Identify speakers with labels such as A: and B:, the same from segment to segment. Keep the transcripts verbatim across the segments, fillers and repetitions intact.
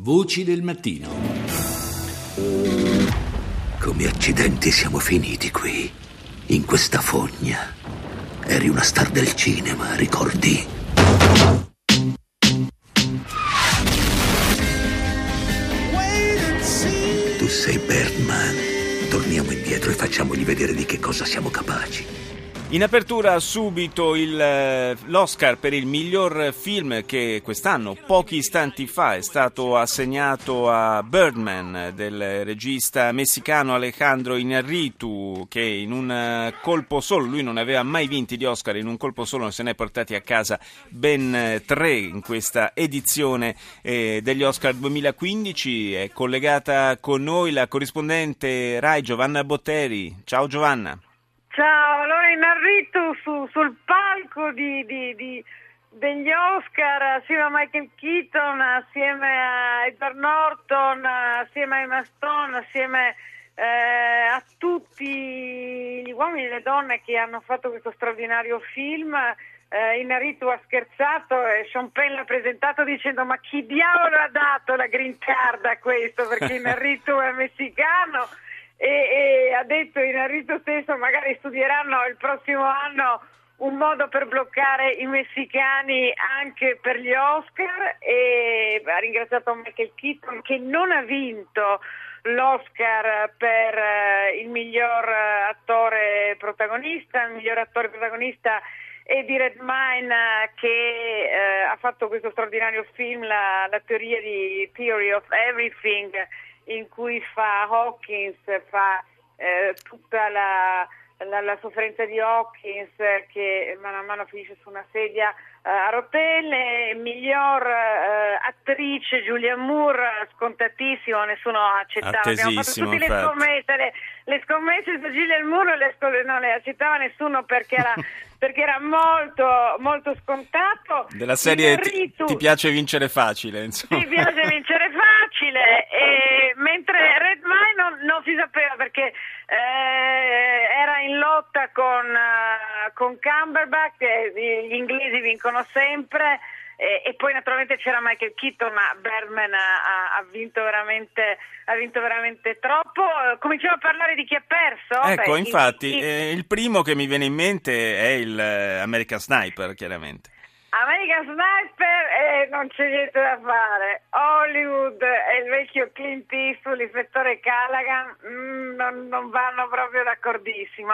A: Voci del mattino.
B: Come accidenti siamo finiti qui, in questa fogna. Eri una star del cinema, ricordi? Tu sei Birdman. Torniamo indietro e facciamogli vedere di che cosa siamo capaci.
C: In apertura subito il, l'Oscar per il miglior film che quest'anno, pochi istanti fa, è stato assegnato a Birdman del regista messicano Alejandro Iñárritu, che in un colpo solo, lui non aveva mai vinti di Oscar, in un colpo solo se ne è portati a casa ben tre in questa edizione eh, degli Oscar duemilaquindici. È collegata con noi la corrispondente Rai Giovanna Botteri. Ciao Giovanna.
D: Ciao, allora Iñárritu su, sul palco di, di, di, degli Oscar assieme a Michael Keaton, assieme a Edward Norton, assieme a Emma Stone, assieme eh, a tutti gli uomini e le donne che hanno fatto questo straordinario film. Eh, Iñárritu ha scherzato e Sean Penn l'ha presentato dicendo: ma chi diavolo ha dato la green card a questo? Perché Iñárritu è messicano. E, e ha detto Iñárritu stesso, magari studieranno il prossimo anno un modo per bloccare i messicani anche per gli Oscar, e ha ringraziato Michael Keaton che non ha vinto l'Oscar per eh, il miglior attore protagonista. Il miglior attore protagonista Eddie Redmayne, che eh, ha fatto questo straordinario film, la, la teoria di Theory of Everything, in cui fa Hawkins, fa eh, tutta la, la, la sofferenza di Hawkins che mano a mano finisce su una sedia eh, a rotelle. Miglior eh, attrice Julianne Moore, scontatissimo, nessuno accettava. Abbiamo fatto tutte le scommesse, le, le scommesse su Julianne Moore le, non le accettava nessuno perché era perché era molto molto scontato.
C: Della serie ti, ti piace vincere facile, insomma. Ti
D: piace vincere facile, e mentre Redmayne non, non si sapeva perché eh, era in lotta con, uh, con Cumberbatch, eh, gli inglesi vincono sempre. E, e poi naturalmente c'era Michael Keaton, ma Birdman ha, ha vinto veramente ha vinto veramente troppo. Cominciamo a parlare di chi ha perso.
C: Ecco,
D: Beh,
C: infatti,
D: il, il,
C: eh, il primo che mi viene in mente è il eh, American Sniper, chiaramente.
D: American Sniper, eh, non c'è niente da fare. Hollywood e il vecchio Clint Eastwood, l'ispettore Callaghan, mm, non, non vanno proprio d'accordissimo.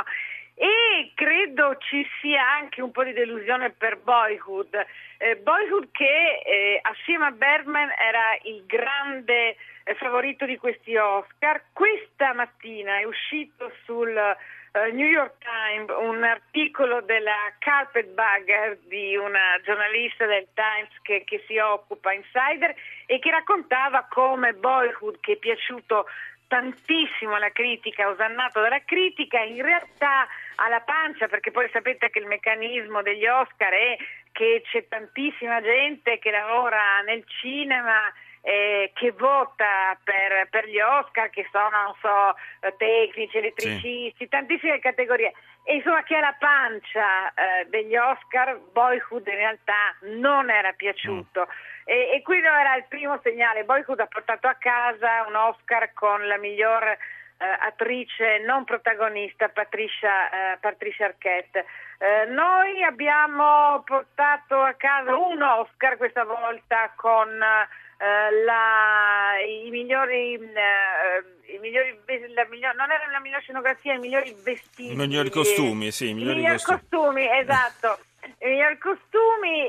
D: E credo ci sia anche un po' di delusione per Boyhood. Eh, Boyhood che eh, assieme a Birdman era il grande eh, favorito di questi Oscar. Questa mattina è uscito sul eh, New York Times un articolo della Carpetbagger, di una giornalista del Times che, che si occupa, Insider, e che raccontava come Boyhood, che è piaciuto tantissimo alla critica, osannato dalla critica, in realtà alla pancia, perché poi sapete che il meccanismo degli Oscar è che c'è tantissima gente che lavora nel cinema, eh, che vota per, per gli Oscar, che sono, non so, tecnici, elettricisti, sì, tantissime categorie, e insomma che alla pancia eh, degli Oscar Boyhood in realtà non era piaciuto. Mm. E, e qui era il primo segnale. Boyhood ha portato a casa un Oscar con la miglior eh, attrice non protagonista, Patricia, eh, Patricia Arquette. Eh, noi abbiamo portato a casa un Oscar questa volta con eh, la, i migliori, eh, i migliori la miglior, non era la miglior scenografia, i migliori vestiti,
C: i migliori costumi, sì, i migliori,
D: i migliori costumi. costumi, esatto. I migliori costumi,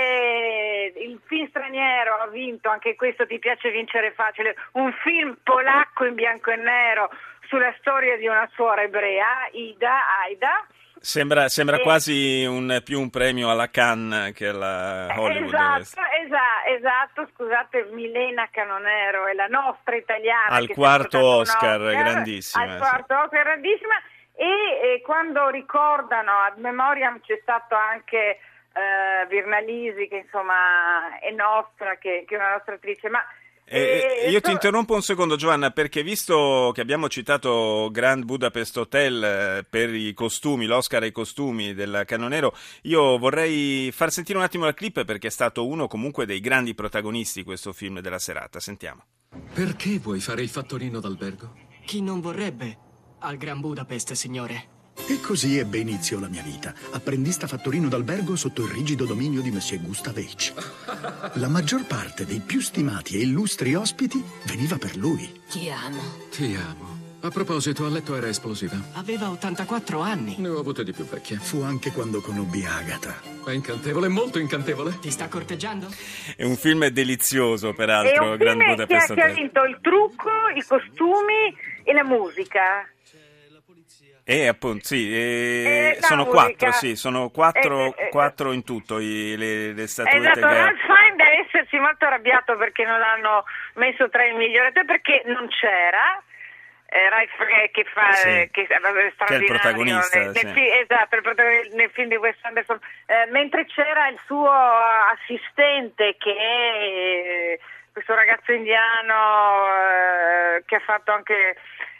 D: e il film straniero ha vinto, anche questo ti piace vincere facile, un film polacco in bianco e nero sulla storia di una suora ebrea, Ida, Aida.
C: Sembra, sembra e... quasi un, più un premio alla Cannes che alla Hollywood.
D: Esatto, esatto, esatto, scusate, Milena Canonero è la nostra italiana.
C: Al
D: che
C: quarto Oscar,
D: Oscar,
C: grandissima.
D: Al quarto
C: sì.
D: Oscar, grandissima. E, e quando ricordano, ad memoriam c'è stato anche eh, Virnalisi, che insomma è nostra, che, che è una nostra attrice, ma
C: E,
D: E
C: io ti
D: so-
C: interrompo un secondo, Giovanna, perché visto che abbiamo citato Grand Budapest Hotel eh, per i costumi, l'Oscar ai costumi del Cannoniero, io vorrei far sentire un attimo la clip perché è stato uno comunque dei grandi protagonisti questo film della serata. Sentiamo.
A: Perché vuoi fare il fattorino d'albergo?
E: Chi non vorrebbe al Gran Budapest, signore?
F: E così ebbe inizio la mia vita, apprendista fattorino d'albergo sotto il rigido dominio di Monsieur Gustavevich. La maggior parte dei più stimati e illustri ospiti veniva per lui.
E: Ti amo.
A: Ti amo. A proposito, a letto era esplosiva.
E: Aveva ottantaquattro anni.
A: Ne ho avute di più vecchie.
F: Fu anche quando conobbi Agatha.
A: È incantevole, molto incantevole.
E: Ti sta corteggiando?
C: È un film delizioso,
D: È
C: peraltro,
D: un
C: Grand
D: film che ha,
C: Budapest
D: che ha
C: Hotel.
D: vinto il trucco, i costumi e la musica.
C: E appunto, sì, e
D: Eh, la
C: sono
D: musica.
C: quattro, sì, sono quattro,
D: Eh, eh, eh,
C: quattro in tutto i, le, le statuette.
D: Esatto,
C: che-
D: Ralph Fiennes deve essersi molto arrabbiato perché non l'hanno messo tra i migliori attori, perché non c'era. Eh, Ralph eh, che fa
C: Sì.
D: eh, che, è straordinario
C: protagonista,
D: nel, nel
C: sì.
D: fi- esatto, il protagonista nel film di Wes Anderson, eh, mentre c'era il suo assistente che è eh, questo ragazzo indiano eh, che ha fatto anche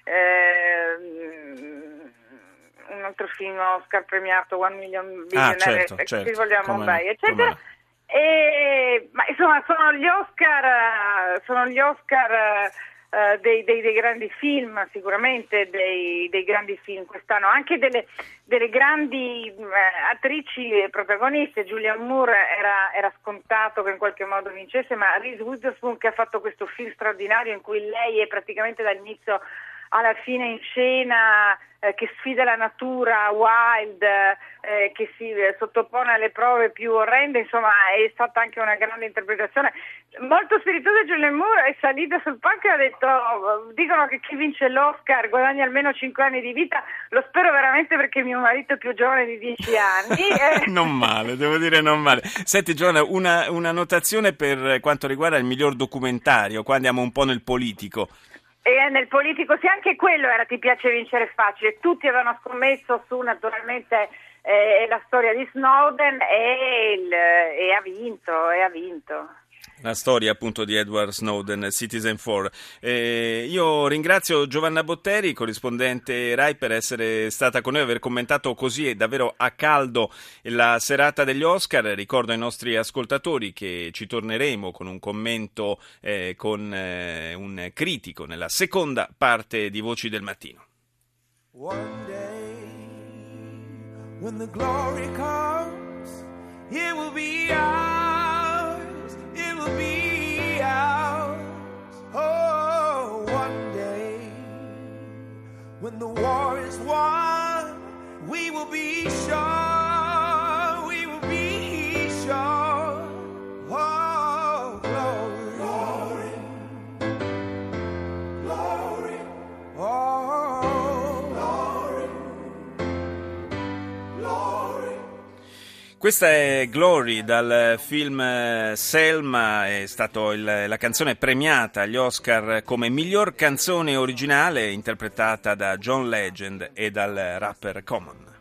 D: eh, un altro film Oscar premiato, One Million Billionaire,
C: certo,
D: eh,
C: certo,
D: si vogliamo
C: come no,
D: Bombay, eccetera.
C: come no.
D: E, ma insomma sono gli Oscar, eh, sono gli Oscar eh, dei, dei, dei grandi film, sicuramente dei, dei grandi film quest'anno, anche delle, delle grandi eh, attrici e protagoniste. Julianne Moore era, era scontato che in qualche modo vincesse, ma Reese Witherspoon, che ha fatto questo film straordinario in cui lei è praticamente dall'inizio alla fine in scena, eh, che sfida la natura wild, eh, che si eh, sottopone alle prove più orrende, insomma è stata anche una grande interpretazione. Molto spiritosa Julianne Moore, è salita sul palco e ha detto: dicono che chi vince l'Oscar guadagna almeno cinque anni di vita, lo spero veramente perché mio marito è più giovane di dieci anni. Eh.
C: Non male, devo dire non male. Senti Giovanna, una, una notazione per quanto riguarda il miglior documentario, qua andiamo un po' nel politico.
D: E nel politico, sì, anche quello era Ti piace vincere facile, tutti avevano scommesso su naturalmente eh, la storia di Snowden e, il, e ha vinto, e ha vinto.
C: La storia appunto di Edward Snowden, Citizen four. Eh, io ringrazio Giovanna Botteri, corrispondente Rai, per essere stata con noi, aver commentato così davvero a caldo la serata degli Oscar. Ricordo ai nostri ascoltatori che ci torneremo con un commento eh, con eh, un critico nella seconda parte di Voci del Mattino.
G: One day, when the glory comes, it will be ours, it will be ours. Oh, one day, when the war is won, we will be sure, we will be sure. Oh, glory, glory, glory. Oh, glory, glory.
C: Questa è Glory dal film Selma, è stata la canzone premiata agli Oscar come miglior canzone originale interpretata da John Legend e dal rapper Common.